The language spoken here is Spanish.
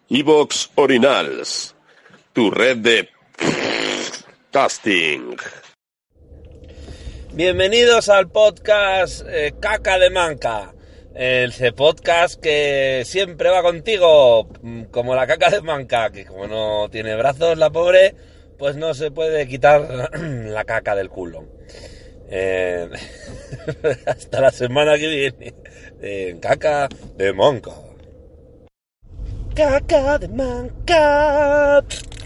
Evox Originals, tu red de casting. Bienvenidos al podcast Caca de Manca, ese podcast que siempre va contigo, como la caca de Manca, que como no tiene brazos la pobre, pues no se puede quitar la caca del culo. Hasta la semana que viene, en Caca de Manca. Caca de Manca.